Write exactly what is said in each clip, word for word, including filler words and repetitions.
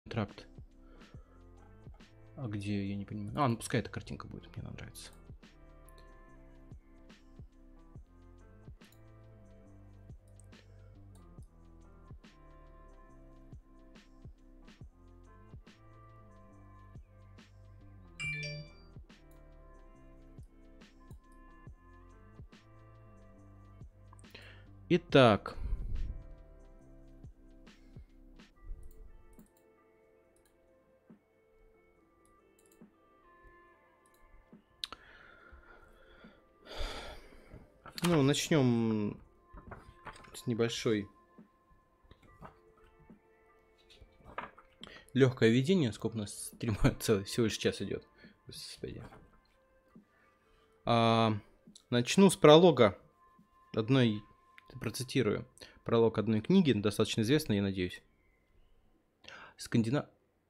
контракт. А где, я не понимаю. А, ну пускай эта картинка будет, мне она нравится. Итак. Ну, начнем с небольшой легкое введение. Сколько у нас стрима целый, всего лишь час идет. Господи. А, начну с пролога одной, процитирую, пролог одной книги, достаточно известной, я надеюсь. Скандинав...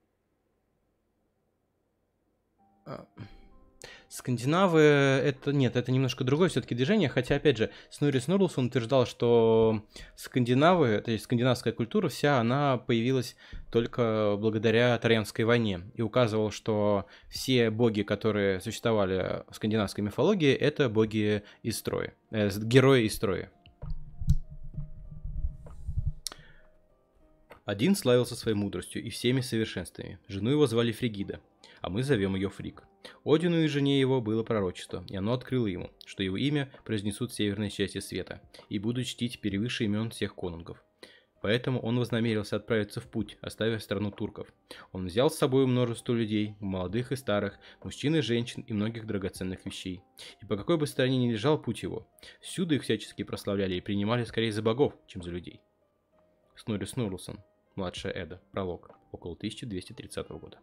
Скандинавы, это нет, это немножко другое все-таки движение, хотя, опять же, Снурри Снурлсон утверждал, что скандинавы, то есть скандинавская культура вся, она появилась только благодаря Троянской войне, и указывал, что все боги, которые существовали в скандинавской мифологии, это боги из Трои, э, герои из Трои. Один славился своей мудростью и всеми совершенствами. Жену его звали Фригида, а мы зовем ее Фриг. Одину и жене его было пророчество, и оно открыло ему, что его имя произнесут в северной части света, и будут чтить превыше имен всех конунгов. Поэтому он вознамерился отправиться в путь, оставив страну турков. Он взял с собой множество людей, молодых и старых, мужчин и женщин и многих драгоценных вещей. И по какой бы стороне ни лежал путь его, всюду их всячески прославляли и принимали скорее за богов, чем за людей. Снурри Снурлсон, младшая Эда, пролог, около тысяча двести тридцатого года.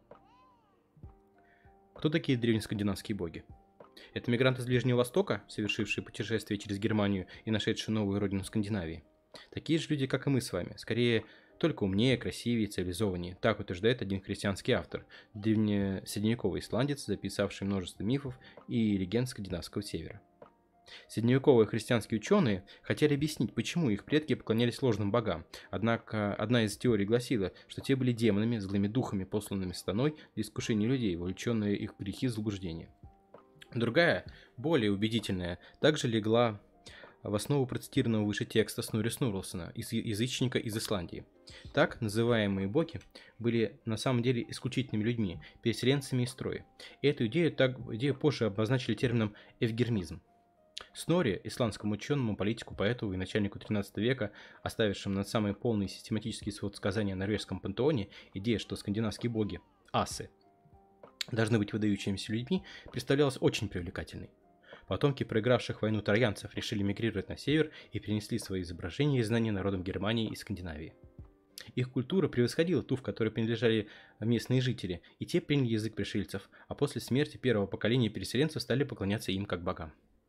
Кто такие древнескандинавские боги? Это мигранты с Ближнего Востока, совершившие путешествие через Германию и нашедшие новую родину Скандинавии. Такие же люди, как и мы с вами, скорее только умнее, красивее, цивилизованнее. Так утверждает один христианский автор, древнесредневековый исландец, записавший множество мифов и легенд скандинавского севера. Средневековые христианские ученые хотели объяснить, почему их предки поклонялись ложным богам, однако одна из теорий гласила, что те были демонами, злыми духами, посланными сатаной для искушения людей, вовлеченные их в грехи и заблуждения. Другая, более убедительная, также легла в основу процитированного выше текста Снурри Снурлсона, язычника из Исландии. Так называемые боги были на самом деле исключительными людьми, переселенцами из Трои. И эту идею, так, идею позже обозначили термином «эвгермизм». Снорри, исландскому ученому, политику, поэту и начальнику тринадцатого века, оставившему над самые полные систематические свод сказания о норвежском пантеоне, идея, что скандинавские боги, асы, должны быть выдающимися людьми, представлялась очень привлекательной. Потомки проигравших войну троянцев решили мигрировать на север и перенесли свои изображения и знания народам Германии и Скандинавии. Их культура превосходила ту, в которой принадлежали местные жители, и те приняли язык пришельцев, а после смерти первого поколения переселенцев стали поклоняться им как богам.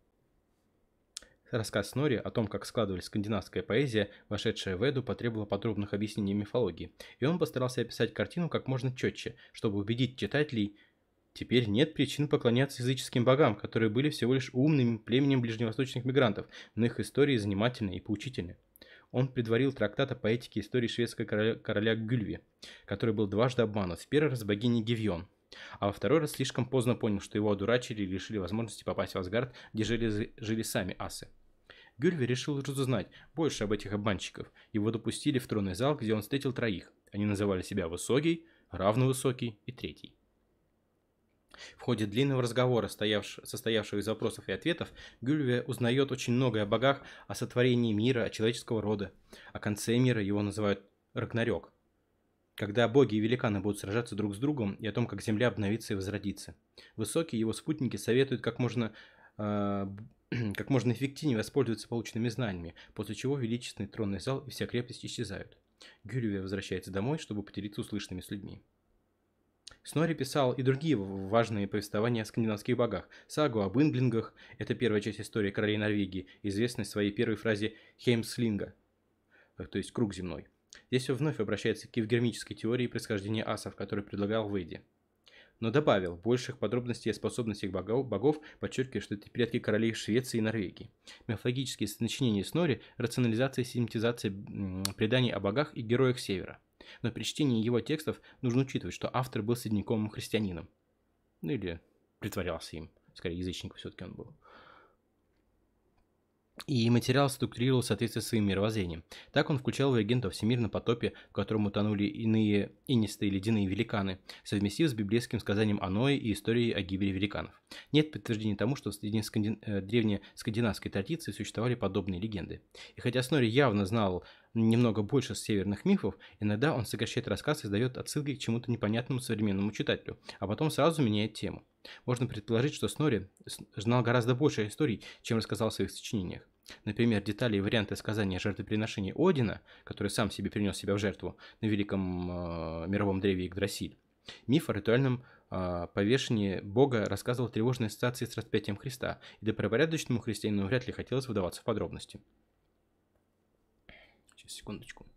Рассказ Снорри о том, как складывалась скандинавская поэзия, вошедшая в Эду, потребовала подробных объяснений мифологии, и он постарался описать картину как можно четче, чтобы убедить читателей, теперь нет причин поклоняться языческим богам, которые были всего лишь умным племенем ближневосточных мигрантов, но их истории занимательны и поучительны. Он предварил трактат о поэтике истории шведского короля, короля Гюльви, который был дважды обманут, в первый раз богиней Гевьон, а во второй раз слишком поздно понял, что его одурачили и лишили возможности попасть в Асгард, где жили, жили сами асы. Гюльви решил разузнать больше об этих обманщиков. Его допустили в тронный зал, где он встретил троих. Они называли себя Высокий, Равновысокий и Третий. В ходе длинного разговора, состоявшего из вопросов и ответов, Гюльви узнает очень многое о богах, о сотворении мира, о человеческого рода. О конце мира его называют Рагнарёк, когда боги и великаны будут сражаться друг с другом, и о том, как земля обновится и возродится. Высокие его спутники советуют как можно, э, как можно эффективнее воспользоваться полученными знаниями, после чего величественный тронный зал и вся крепость исчезают. Гюльви возвращается домой, чтобы поделиться услышанными с людьми. Снорри писал и другие важные повествования о скандинавских богах. Сагу об инглингах, это первая часть истории королей Норвегии, известной своей первой фразе «Хеймслинга», то есть «круг земной». Здесь он вновь обращается к евгермической теории происхождения асов, которую предлагал в Эдде. Но добавил больших подробностей о способностях богов, богов, подчеркивая, что это предки королей Швеции и Норвегии. Мифологические сочинения Снорри – рационализация и систематизация преданий о богах и героях Севера. Но при чтении его текстов нужно учитывать, что автор был средневековым христианином. Ну или притворялся им. Скорее, язычник все-таки он был. И материал структурировал в соответствии с своим мировоззрением. Так он включал легенду о всемирном потопе, в котором утонули иные инистые ледяные великаны, совместив с библейским сказанием о Ное и историей о гибели великанов. Нет подтверждений тому, что в среди сканди... древнескандинавской традиции существовали подобные легенды. И хотя Снори явно знал немного больше северных мифов, иногда он сокращает рассказ и дает отсылки к чему-то непонятному современному читателю, а потом сразу меняет тему. Можно предположить, что Снори знал гораздо больше историй, чем рассказал в своих сочинениях. Например, детали и варианты сказания о жертвоприношении Одина, который сам себе принес себя в жертву на великом э, мировом древе Игдрасиль. Миф о ритуальном э, повешении Бога рассказывал тревожные ассоциации с распятием Христа, и добропорядочному христианину вряд ли хотелось вдаваться в подробности. Сейчас, секундочку.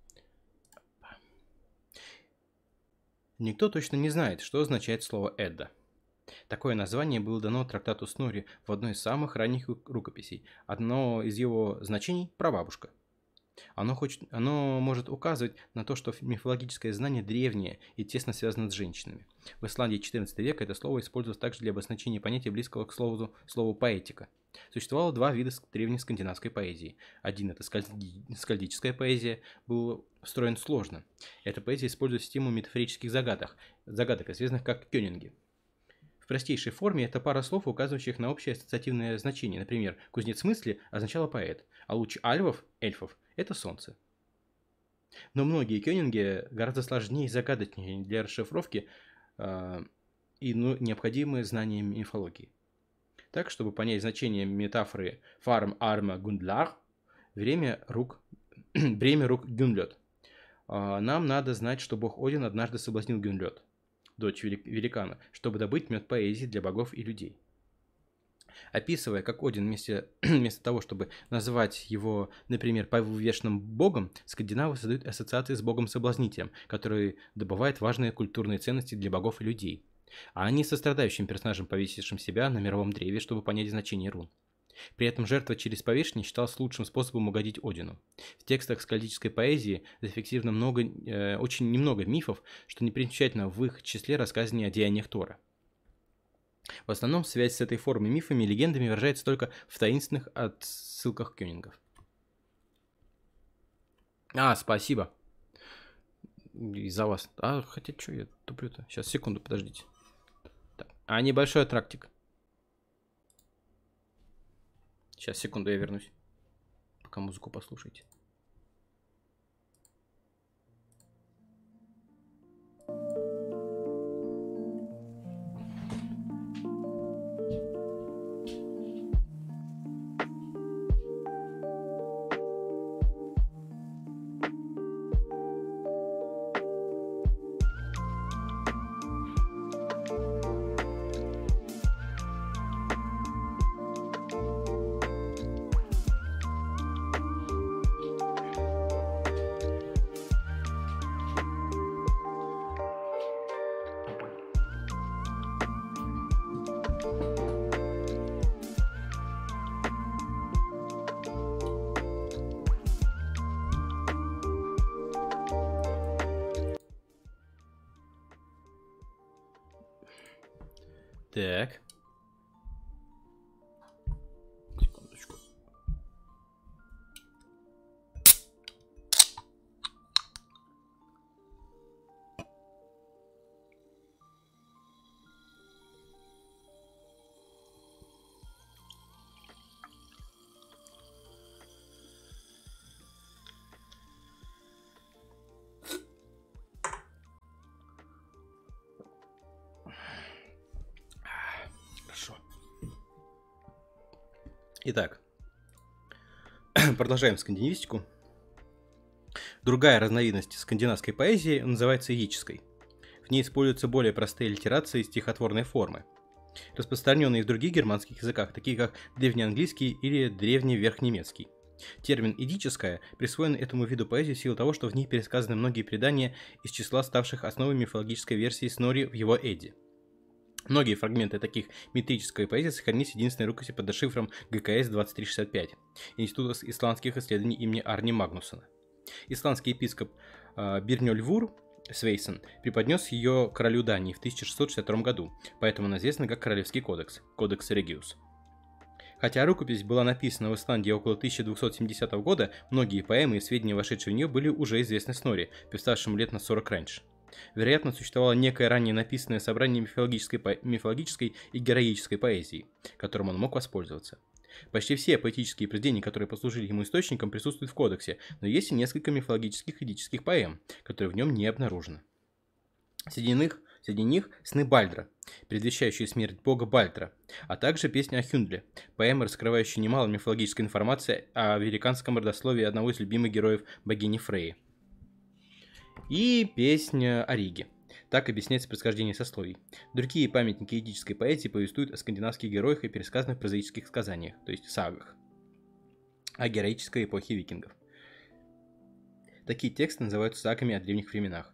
Никто точно не знает, что означает слово «Эдда». Такое название было дано трактату Снори в одной из самых ранних рукописей. Одно из его значений – прабабушка. Оно, хочет, оно может указывать на то, что мифологическое знание древнее и тесно связано с женщинами. В Исландии четырнадцатого века это слово использовалось также для обозначения понятия, близкого к слову, слову поэтика. Существовало два вида древней скандинавской поэзии. Один – это скальди, скальдическая поэзия, был устроен сложно. Эта поэзия использует систему метафорических загадок, загадок, известных как кёнинги. В простейшей форме это пара слов, указывающих на общее ассоциативное значение. Например, кузнец мысли означало поэт, а луч альвов, эльфов, это солнце. Но многие кёнинги гораздо сложнее и загадочнее для расшифровки э, и ну, необходимые знания мифологии. Так, чтобы понять значение метафоры «фарм арма гундлар» – время рук, бремя рук Гюнлёд. Э, нам надо знать, что бог Один однажды соблазнил Гюнлёд, дочь великана, чтобы добыть мед поэзии для богов и людей. Описывая, как Один вместо, вместо того, чтобы называть его, например, повешенным богом, скандинавы создают ассоциации с богом-соблазнителем, который добывает важные культурные ценности для богов и людей, а не со страдающим персонажем, повесившим себя на мировом древе, чтобы понять значение рун. При этом жертва через повешение считалась лучшим способом угодить Одину. В текстах скальдической поэзии зафиксировано много, э, очень немного мифов, что не примечательно в их числе рассказывания о деяниях Тора. В основном связь с этой формой мифами и легендами выражается только в таинственных отсылках кёнингов. А, спасибо. Из-за вас. А, хотя что я туплю-то? Сейчас, секунду, подождите. Так. А, небольшой трактик. Сейчас, секунду, я вернусь. Пока музыку послушайте. Так. Секундочку. Итак, продолжаем скандинавистику. Другая разновидность скандинавской поэзии называется языческой. В ней используются более простые литерации стихотворной формы, распространенные в других германских языках, такие как древнеанглийский или древневерхнемецкий. Термин «идическая» присвоен этому виду поэзии в силу того, что в ней пересказаны многие предания из числа ставших основой мифологической версии Снори в его Эдде. Многие фрагменты таких метрической поэзии сохранились в единственной рукописи под шифром гэ ка эс двадцать три шестьдесят пять Института исландских исследований имени Арни Магнусона. Исландский епископ э, Бирнёль Вур Свейсон преподнес ее королю Дании в тысяча шестьсот шестьдесят втором году, поэтому она известна как Королевский кодекс, Кодекс Региус. Хотя рукопись была написана в Исландии около тысяча двухсот семидесятого года, многие поэмы и сведения, вошедшие в нее, были уже известны Снорри, писавшему лет на сорок раньше. Вероятно, существовало некое ранее написанное собрание мифологической, по... мифологической и героической поэзии, которым он мог воспользоваться. Почти все поэтические произведения, которые послужили ему источником, присутствуют в кодексе, но есть и несколько мифологических эдических поэм, которые в нем не обнаружены. Среди них, среди них «Сны Бальдра», предвещающие смерть бога Бальдра, а также песня о Хюндле, поэма, раскрывающая немало мифологической информации о великанском родословии одного из любимых героев богини Фреи. И песня о Риге. Так объясняется происхождение сословий. Другие памятники эдической поэзии повествуют о скандинавских героях и пересказанных прозаических сказаниях, то есть сагах, о героической эпохе викингов. Такие тексты называются сагами о древних временах.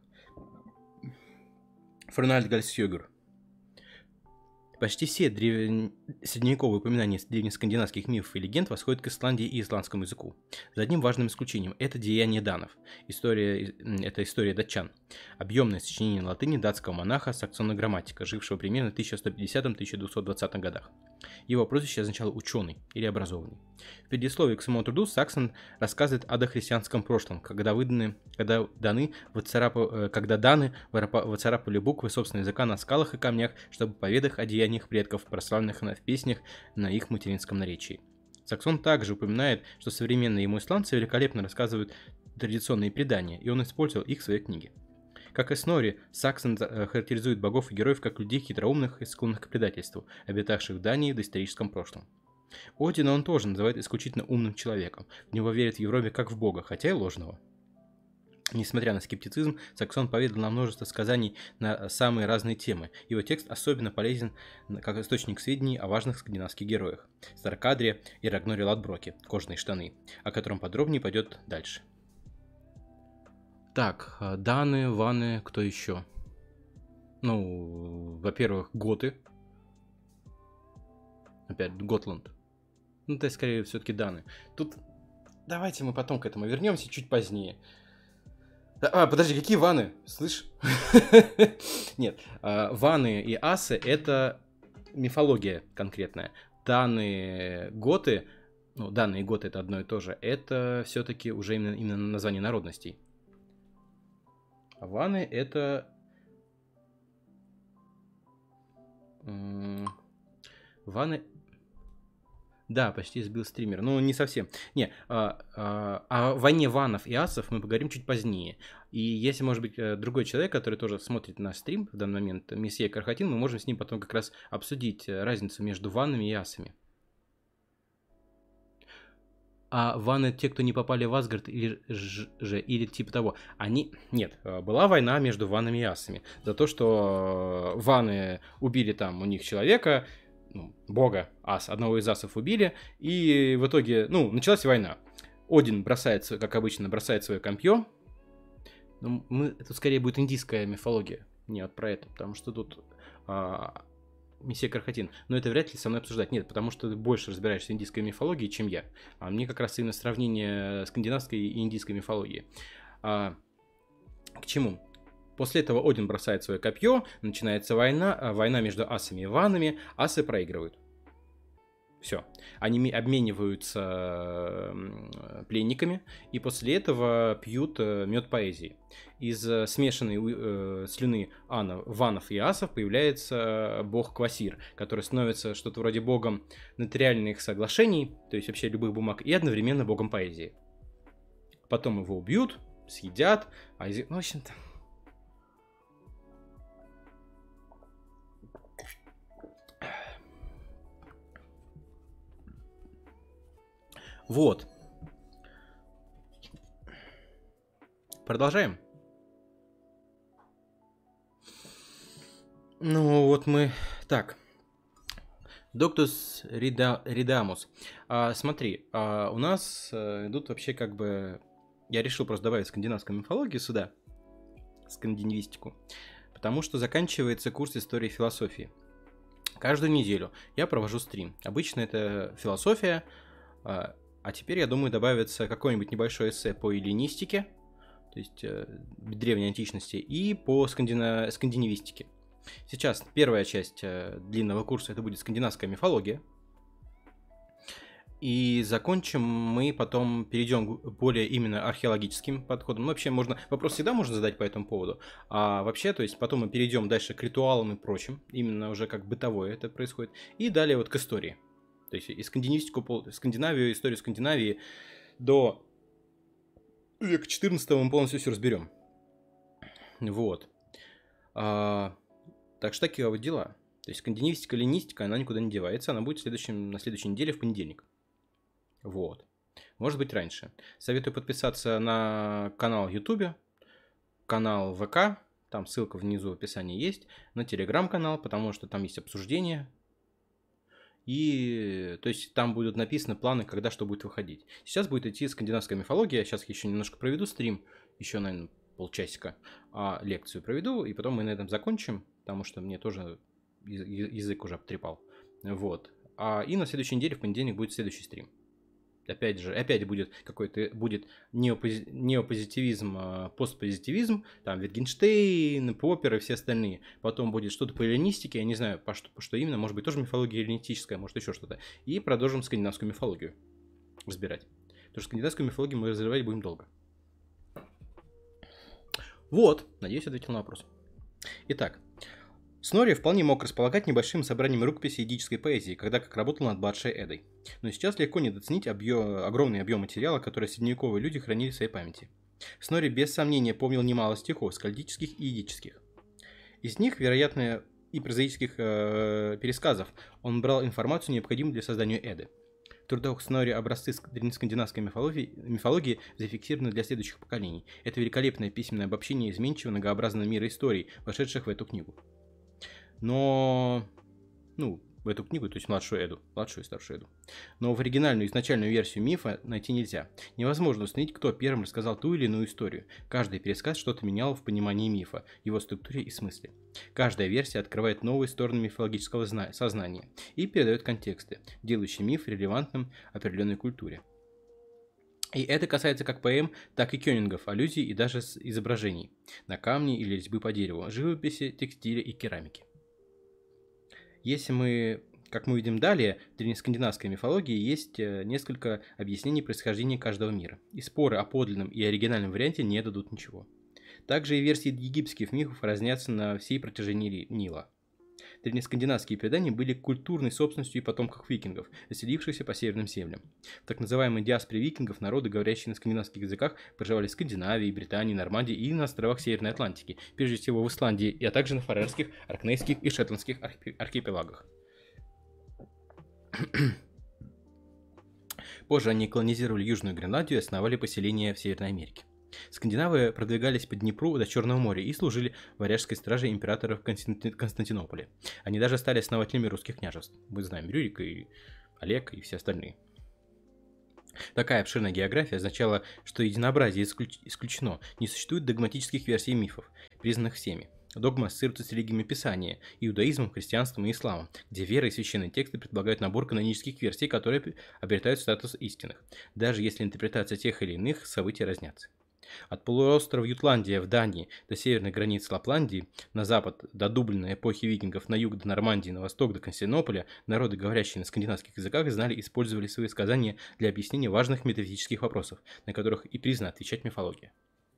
Форнальдгальсjögur. Почти все древ... средневековые упоминания древнескандинавских мифов и легенд восходят к Исландии и исландскому языку. За одним важным исключением – это деяния данов. История... Это история датчан. Объемное сочинение на латыни датского монаха Саксона Грамматика, жившего примерно в тысяча сто пятидесятом — тысяча двухсот двадцатом годах. Его прозвище означало «ученый» или «образованный». В предисловии к своему труду Саксон рассказывает о дохристианском прошлом, когда, выданы, когда, даны воцарап... когда даны воцарапали буквы собственного языка на скалах и камнях, чтобы поведать о деяниях предков, прославленных в песнях на их материнском наречии. Саксон также упоминает, что современные ему исландцы великолепно рассказывают традиционные предания, и он использовал их в своей книге. Как и Снорри, Саксон характеризует богов и героев как людей хитроумных и склонных к предательству, обитавших в Дании в доисторическом прошлом. Одина он тоже называет исключительно умным человеком, в него верят в Европе как в бога, хотя и ложного. Несмотря на скептицизм, Саксон поведал нам множество сказаний на самые разные темы. Его текст особенно полезен как источник сведений о важных скандинавских героях – Старкадре и Рагноре Ладброке, кожаные штаны, о котором подробнее пойдет дальше. Так, даны, ваны, кто еще? Ну, во-первых, готы. Опять, Готланд. Ну, это скорее все-таки даны. Тут давайте мы потом к этому вернемся чуть позднее. А, подожди, какие ваны? Слышь? Нет, ваны и асы — это мифология конкретная. Даны, готы, ну, даны и готы — это одно и то же, это все-таки уже именно, именно название народностей. А ваны — это... Ваны... Да, почти сбил стример. Ну, не совсем. Не, а, а, о войне ванов и асов мы поговорим чуть позднее. И если, может быть, другой человек, который тоже смотрит наш стрим в данный момент, месье Кархатин, мы можем с ним потом как раз обсудить разницу между ванами и асами. А ваны — те, кто не попали в Асгард, или же, или типа того, они... Нет, была война между ванами и асами. За то, что ваны убили там у них человека... Ну, бога, ас, одного из асов убили, и в итоге, ну, началась война. Один бросает, как обычно, бросает свое копье. Ну, мы, это скорее будет индийская мифология, не вот про это, потому что тут а, месье Кархатин. Но это вряд ли со мной обсуждать. Нет, потому что ты больше разбираешься в индийской мифологии, чем я. А мне как раз именно сравнение скандинавской и индийской мифологии. А, к чему? После этого Один бросает свое копье, начинается война, война между асами и ванами, асы проигрывают. Все. Они обмениваются пленниками, и после этого пьют мед поэзии. Из смешанной э, слюны ана, ванов и асов появляется бог Квасир, который становится что-то вроде богом нотариальных соглашений, то есть вообще любых бумаг, и одновременно богом поэзии. Потом его убьют, съедят, а из... ну, в общем-то... Вот. Продолжаем. Ну вот мы... Так. Доктус Рида... Ридамус. А, смотри, а, у нас а, идут вообще как бы... Я решил просто добавить скандинавскую мифологию сюда. Скандинавистику. Потому что заканчивается курс истории и философии. Каждую неделю я провожу стрим. Обычно это философия... А теперь, я думаю, добавится какое-нибудь небольшое эссе по эллинистике, то есть э, древней античности, и по скандина... скандинавистике. Сейчас первая часть э, длинного курса это будет скандинавская мифология. И закончим мы потом, перейдем к более именно археологическим подходам. Ну, вообще, можно, вопрос всегда можно задать по этому поводу. А вообще, то есть потом мы перейдем дальше к ритуалам и прочим. Именно уже как бытовое это происходит. И далее вот к истории. То есть и скандинавистику, Скандинавию, историю Скандинавии до века четырнадцатого мы полностью все разберем. Вот. А, так что такие вот дела. То есть скандинавистика, ленистика, она никуда не девается. Она будет в следующем, на следующей неделе в понедельник. Вот. Может быть раньше. Советую подписаться на канал в YouTube, канал в ВК, там ссылка внизу в описании есть, на телеграм-канал, потому что там есть обсуждения. И то есть там будут написаны планы, когда что будет выходить. Сейчас будет идти скандинавская мифология. Сейчас еще немножко проведу стрим, еще, наверное, полчасика, а лекцию проведу, и потом мы на этом закончим, потому что мне тоже язык уже обтрепал. Вот. А, и на следующей неделе, в понедельник, будет следующий стрим. Опять же, опять будет какой-то будет неопози, неопозитивизм, а постпозитивизм, там Wittgenstein, Поппер и все остальные. Потом будет что-то по эллинистике, я не знаю, по что, по что именно, может быть, тоже мифология эллинистическая, может, еще что-то. И продолжим скандинавскую мифологию разбирать. Потому что скандинавскую мифологию мы разбирать будем долго. Вот, надеюсь, ответил на вопрос. Итак, Снорри вполне мог располагать небольшим собранием рукописей эдической поэзии, когда как работал над младшей Эдой. Но сейчас легко недооценить объем, огромный объем материала, который средневековые люди хранили в своей памяти. Снорри без сомнения помнил немало стихов, скальдических и эдических. Из них, вероятно, и прозаических э, пересказов он брал информацию, необходимую для создания Эды. В трудах Снорри образцы древнескандинавской мифологии, мифологии зафиксированы для следующих поколений. Это великолепное письменное обобщение изменчивого многообразного мира историй, вошедших в эту книгу. Но, ну, в эту книгу, то есть младшую Эду, младшую и старшую Эду. Но в оригинальную изначальную версию мифа найти нельзя. Невозможно установить, кто первым рассказал ту или иную историю. Каждый пересказ что-то менял в понимании мифа, его структуре и смысле. Каждая версия открывает новые стороны мифологического сознания и передает контексты, делающие миф релевантным определенной культуре. И это касается как поэм, так и кёнингов, аллюзий и даже изображений на камне или резьбы по дереву, живописи, текстиле и керамике. Если мы, как мы видим далее, в древнескандинавской мифологии есть несколько объяснений происхождения каждого мира, и споры о подлинном и оригинальном варианте не дадут ничего. Также и версии египетских мифов разнятся на всей протяжении Нила. Древнескандинавские предания были культурной собственностью и потомков викингов, заселившихся по северным землям. В так называемой диаспоре викингов народы, говорящие на скандинавских языках, проживали в Скандинавии, Британии, Нормандии и на островах Северной Атлантики, прежде всего в Исландии, а также на Фарерских, Оркнейских и Шетландских архипелагах. Позже они колонизировали Южную Гренландию и основали поселения в Северной Америке. Скандинавы продвигались по Днепру до Черного моря и служили варяжской страже императора в Константинополе. Они даже стали основателями русских княжеств. Мы знаем Рюрика и Олег и все остальные. Такая обширная география означала, что единообразие исключ... исключено, не существует догматических версий мифов, признанных всеми. Догма ассоциируются с религиями Писания, иудаизмом, христианством и исламом, где вера и священные тексты предполагают набор канонических версий, которые обретают статус истинных, даже если интерпретация тех или иных событий разнятся. От полуострова Ютландия в Дании до северной границы Лапландии, на запад до Дублина эпохи викингов, на юг до Нормандии, на восток до Константинополя, народы, говорящие на скандинавских языках, знали и использовали свои сказания для объяснения важных метафизических вопросов, на которых и призвана отвечать мифология.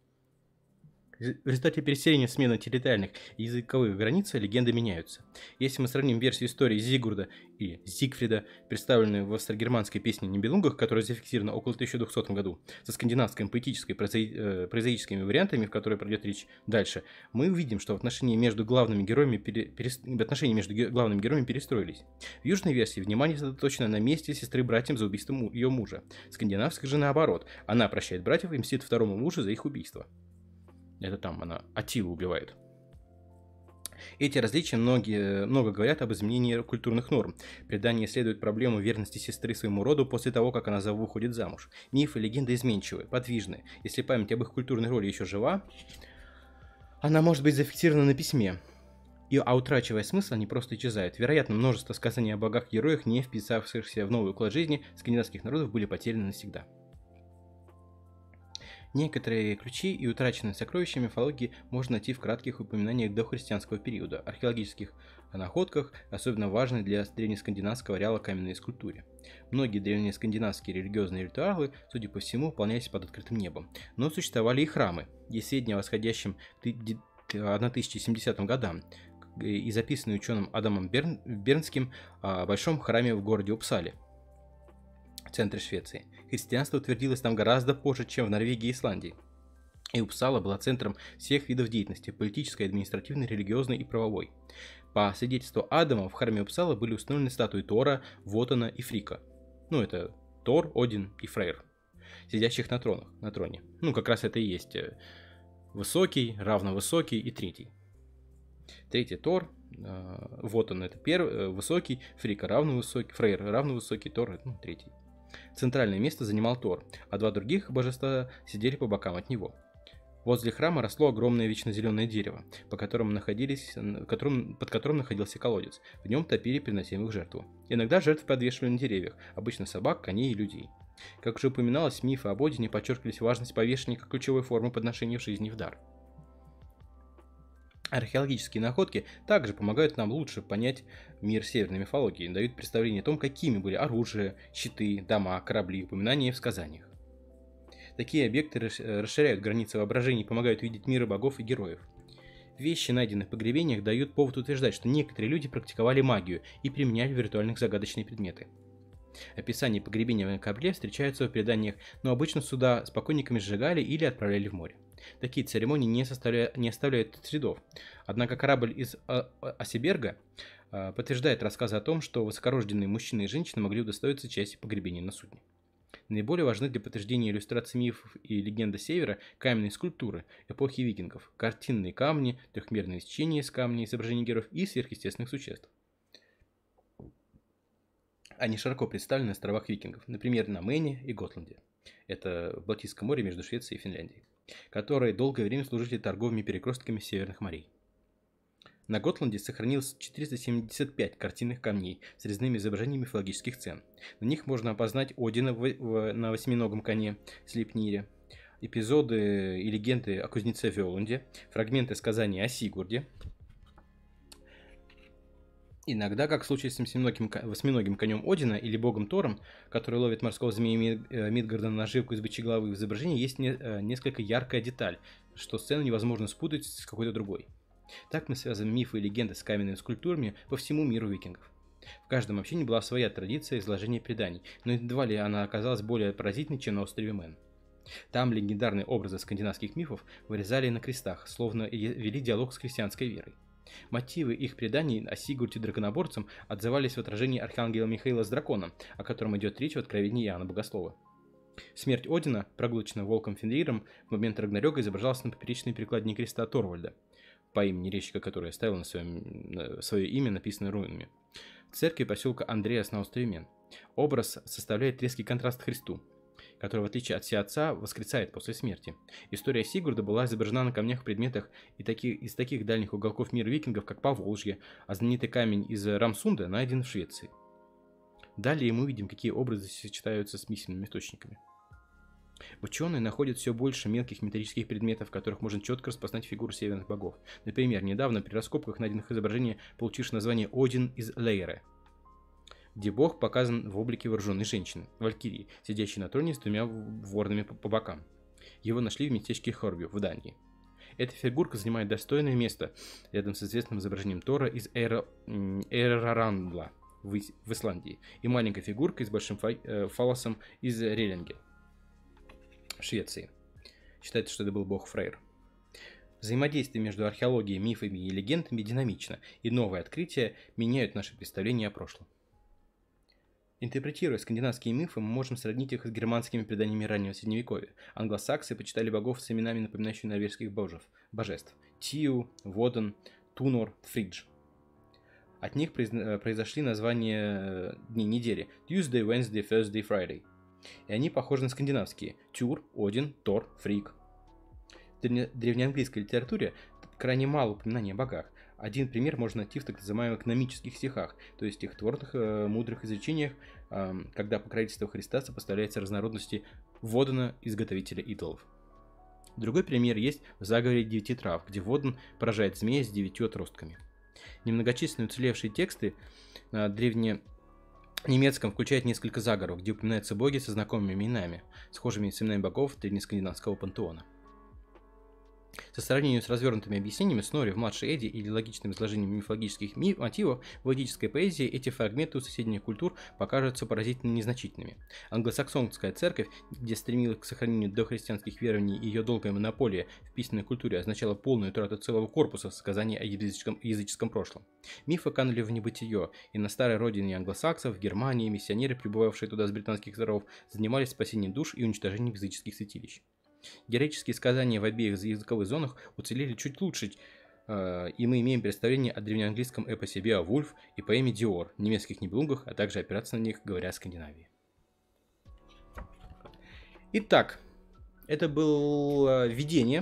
В результате переселения смены территориальных и языковых границ легенды меняются. Если мы сравним версию истории Зигурда или Зигфрида, представленную в австрогерманской песне «Нибелунгах», которая зафиксирована около тысяча двухсотом году, со скандинавской поэтической прозаическими вариантами, в которой пройдет речь дальше, мы увидим, что в отношении между главными героями, пере... перес... отношения между главными героями перестроились. В южной версии внимание сосредоточено на мести сестры братьям за убийство ее мужа. В скандинавской же наоборот. Она прощает братьев и мстит второму мужу за их убийство. Это там она Атилу убивает. Эти различия многие, много говорят об изменении культурных норм. Предание исследует проблему верности сестры своему роду после того, как она выходит замуж. Мифы и легенды изменчивы, подвижны. Если память об их культурной роли еще жива, она может быть зафиксирована на письме. И, а утрачивая смысл, они просто исчезают. Вероятно, множество сказаний о богах-героях, не вписавшихся в новый уклад жизни скандинавских народов, были потеряны навсегда. Некоторые ключи и утраченные сокровища мифологии можно найти в кратких упоминаниях дохристианского периода, археологических находках, особенно важной для древнескандинавского ареала каменной скульптуре. Многие древние скандинавские религиозные ритуалы, судя по всему, выполнялись под открытым небом. Но существовали и храмы. Есть сведения о восходящем к тысяча семидесятым годам и записанные ученым Адамом Берн, Бернским о большом храме в городе Упсале, в центре Швеции. Христианство утвердилось там гораздо позже, чем в Норвегии и Исландии. И Упсала была центром всех видов деятельности – политической, административной, религиозной и правовой. По свидетельству Адама, в храме Упсала были установлены статуи Тора, Вотана и Фрика. Ну, это Тор, Один и Фрейр, сидящих на тронах, на троне. Ну, как раз это и есть высокий, равновысокий и третий. Третий Тор, э, Вотан это первый, высокий, Фрика равновысокий, Фрейр равновысокий, Тор ну, третий. Центральное место занимал Тор, а два других божества сидели по бокам от него. Возле храма росло огромное вечно зеленое дерево, по которому находились, которым, под которым находился колодец. В нем топили приносимых жертву. Иногда жертв подвешивали на деревьях, обычно собак, коней и людей. Как уже упоминалось, мифы об Одине подчеркивались важность повешения как ключевой формы подношения в жизни в дар. Археологические находки также помогают нам лучше понять мир северной мифологии, дают представление о том, какими были оружие, щиты, дома, корабли, упоминания в сказаниях. Такие объекты расширяют границы воображения и помогают видеть мир богов и героев. Вещи, найденные в погребениях, дают повод утверждать, что некоторые люди практиковали магию и применяли в ритуальных загадочные предметы. Описание погребения на корабле встречаются в преданиях, но обычно суда с покойниками сжигали или отправляли в море. Такие церемонии не, не оставляют следов. Однако корабль из Осиберга подтверждает рассказы о том, что высокорожденные мужчины и женщины могли удостоиться части погребения на судне. Наиболее важны для подтверждения иллюстраций мифов и легенды Севера каменные скульптуры эпохи викингов, картинные камни, трехмерные сечения из камней, изображений героев и сверхъестественных существ. Они широко представлены на островах викингов, например, на Мэне и Готланде. Это в Балтийском море между Швецией и Финляндией, которые долгое время служили торговыми перекрестками северных морей. На Готланде сохранилось четыреста семьдесят пять картинных камней с резными изображениями мифологических сцен. На них можно опознать Одина в, в, на восьминогом коне Слепнире, эпизоды и легенды о кузнеце Вёлунде, фрагменты сказаний о Сигурде. Иногда, как в случае с восьминогим, восьминогим конем Одина или богом Тором, который ловит морского змея Мидгарда на наживку из бычьей головы, в изображении есть не, несколько яркая деталь, что сцену невозможно спутать с какой-то другой. Так мы связываем мифы и легенды с каменными скульптурами по всему миру викингов. В каждом общине была своя традиция изложения преданий, но едва ли она оказалась более поразительной, чем на острове Мэн. Там легендарные образы скандинавских мифов вырезали на крестах, словно вели диалог с христианской верой. Мотивы их преданий о Сигурде Драконоборцем отзывались в отражении архангела Михаила с драконом, о котором идет речь в откровении Иоанна Богослова. Смерть Одина, проглоченная волком Фенриром, в момент Рагнарёка изображалась на поперечной перекладине креста Торвальда, по имени резчика, который оставил на своем, на свое имя, написанное рунами, в церкви поселка Андреас на острове Мен. Образ составляет резкий контраст к Христу, который, в отличие от Всеотца, воскресает после смерти. История Сигурда была изображена на камнях в предметах и таки, из таких дальних уголков мира викингов, как Поволжье, а знаменитый камень из Рамсунда найден в Швеции. Далее мы видим, какие образы сочетаются с письменными источниками. Ученые находят все больше мелких металлических предметов, в которых можно четко распознать фигуру северных богов. Например, недавно при раскопках найденных изображений, получивших название Один из Лейре, где бог показан в облике вооруженной женщины, валькирии, сидящей на троне с двумя воронами по, по бокам. Его нашли в местечке Хорбю в Дании. Эта фигурка занимает достойное место рядом с известным изображением Тора из Эйрарандла в, в Исландии и маленькой фигуркой с большим фа, э, фалосом из Релинге в Швеции. Считается, что это был бог Фрейр. Взаимодействие между археологией, мифами и легендами динамично, и новые открытия меняют наше представление о прошлом. Интерпретируя скандинавские мифы, мы можем сравнить их с германскими преданиями раннего средневековья. Англосаксы почитали богов с именами, напоминающими норвежских божеств – Тиу, Воден, Тунор, Фридж. От них произошли названия дней недели – Tuesday, Wednesday, Thursday, Friday. И они похожи на скандинавские – Тюр, Один, Тор, Фрик. В древнеанглийской литературе крайне мало упоминаний о богах. Один пример можно найти в так называемых гномических стихах, то есть стихотворных э, мудрых изречениях, э, когда покровительство Христа сопоставляется разнородности Водена, изготовителя идолов. Другой пример есть в заговоре девяти трав, где Воден поражает змея с девятью отростками. Немногочисленные уцелевшие тексты на древненемецком включают несколько заговоров, где упоминаются боги со знакомыми именами, схожими с именами богов древнескандинавского пантеона. Со сравнению с развернутыми объяснениями Снорри в «Младшей Эдде» или логичным изложением мифологических ми мотивов в ведической поэзии, эти фрагменты у соседних культур покажутся поразительно незначительными. Англосаксонская церковь, где стремилась к сохранению дохристианских верований, и ее долгая монополия в письменной культуре означала полную утрату целого корпуса сказаний о языческом, языческом прошлом. Мифы канули в небытие, и на старой родине англосаксов, в Германии, миссионеры, прибывавшие туда с британских островов, занимались спасением душ и уничтожением языческих святилищ. Героические сказания в обеих языковых зонах уцелели чуть лучше, э, и мы имеем представление о древнеанглийском эпосе Беовульф и поэме Диор, немецких нибелунгах, а также опираться на них, говоря о Скандинавии. Итак, это было введение.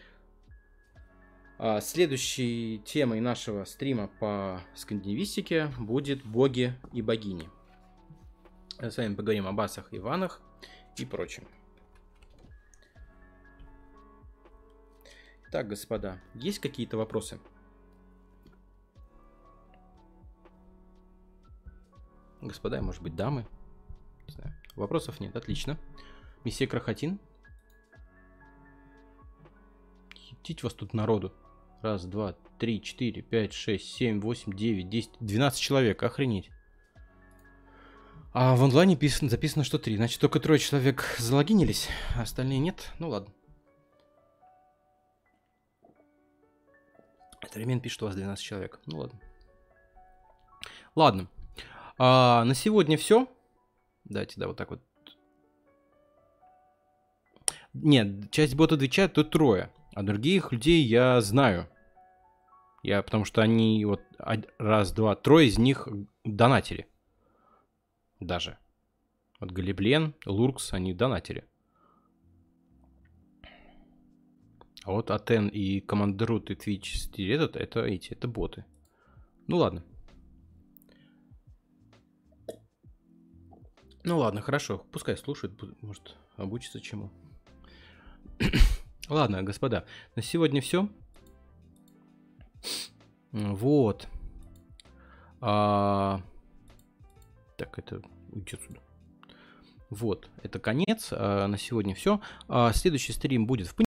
А следующей темой нашего стрима по скандинавистике будет боги и богини. Мы с вами поговорим об асах, иванах и прочем. Так, господа, есть какие-то вопросы? Господа, может быть, дамы? Не знаю. Вопросов нет, отлично. Месье Крохотин? Хитить вас тут народу. Раз, два, три, четыре, пять, шесть, семь, восемь, девять, десять, двенадцать человек, охренеть. А в онлайне писано, записано, что три. Значит, только трое человек залогинились, а остальные нет? Ну ладно. Современ пишет, что у вас двенадцать человек. Ну ладно. Ладно. А, на сегодня все. Давайте, да, вот так вот. Нет, часть бота отвечает, тут трое. А других людей я знаю. Я, потому что они вот раз, два, трое из них донатили. Даже. Вот Галиблен, Луркс, они донатили. А вот Атен и Командерут и Twitch этот, это эти, это боты. Ну ладно. Ну ладно, хорошо. Пускай слушают, может, обучится чему. Ладно, господа, на сегодня все. Вот. А... Так, это уйди отсюда. Вот, это конец. А, на сегодня все. А, следующий стрим будет в понедельник.